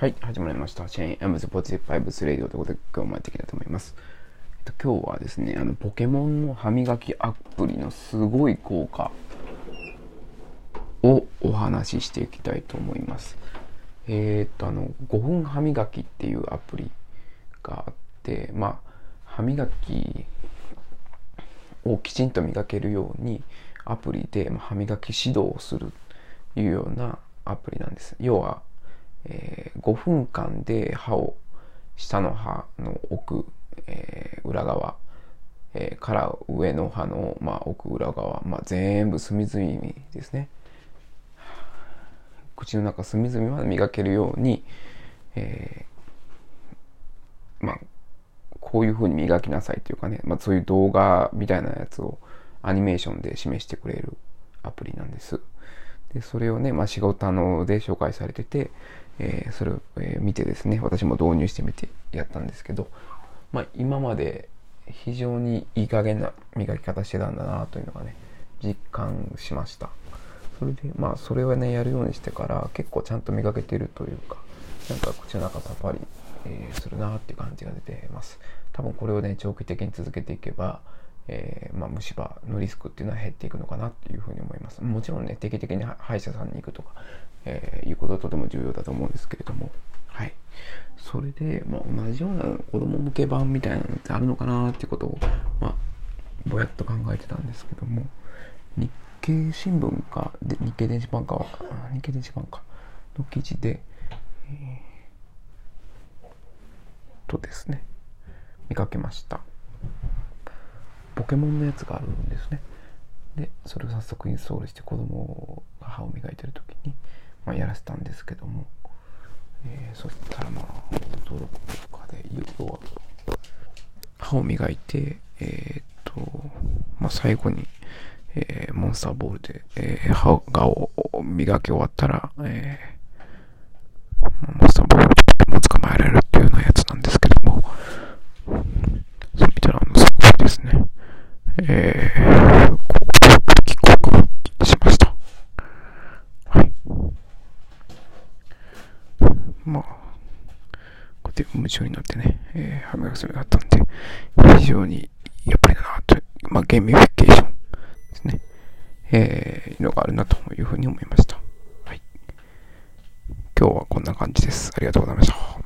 はい、始まりました。シェーン・アムズ・ポジティブ・バイブス・レディオということで今日もやっていきたいと思います。今日はですね、ポケモンの歯磨きアプリのすごい効果をお話ししていきたいと思います。5分歯磨きっていうアプリがあって、歯磨きをきちんと磨けるようにアプリで歯磨き指導をするというようなアプリなんです。要は5分間で歯を下の歯の奥、裏側、から上の歯の、奥裏側、全部隅々ですね、口の中隅々まで磨けるように、こういう風に磨きなさいというかね、そういう動画みたいなやつをアニメーションで示してくれるアプリなんです。でそれをね、仕事で紹介されてて、それを、見てですね、私も導入してみてやったんですけど、今まで非常にいい加減な磨き方してたんだなというのがね、実感しました。それでそれをねやるようにしてから結構ちゃんと磨けているというか、なんか口の中さっぱり、するなっていう感じが出てます。多分これをね長期的に続けていけば、虫歯のリスクっていうのは減っていくのかなっていうふうに思います。もちろんね定期的に歯医者さんに行くとか、いうことはとても重要だと思うんですけれども、はい。それで、同じような子供向け版みたいなのってあるのかなっていうことを、ぼやっと考えてたんですけども、日経新聞かで日経電子版かの記事で、ですね見かけました。ポケモンのやつがあるんですね。でそれを早速インストールして子供が歯を磨いてる時に、やらせたんですけども、そしたら驚くとかで、要は歯を磨いて最後に、モンスターボールで、歯を磨き終わったら、モンスターボールを捕まえられるっていうようなやつなんですけども、それ見たらすごいですね。帰国しました。はい。こうやって夢中になってね、歯磨きするようになったんで、非常にやっぱりだなと、ゲーミフィケーションですね。いうのがあるなというふうに思いました。はい。今日はこんな感じです。ありがとうございました。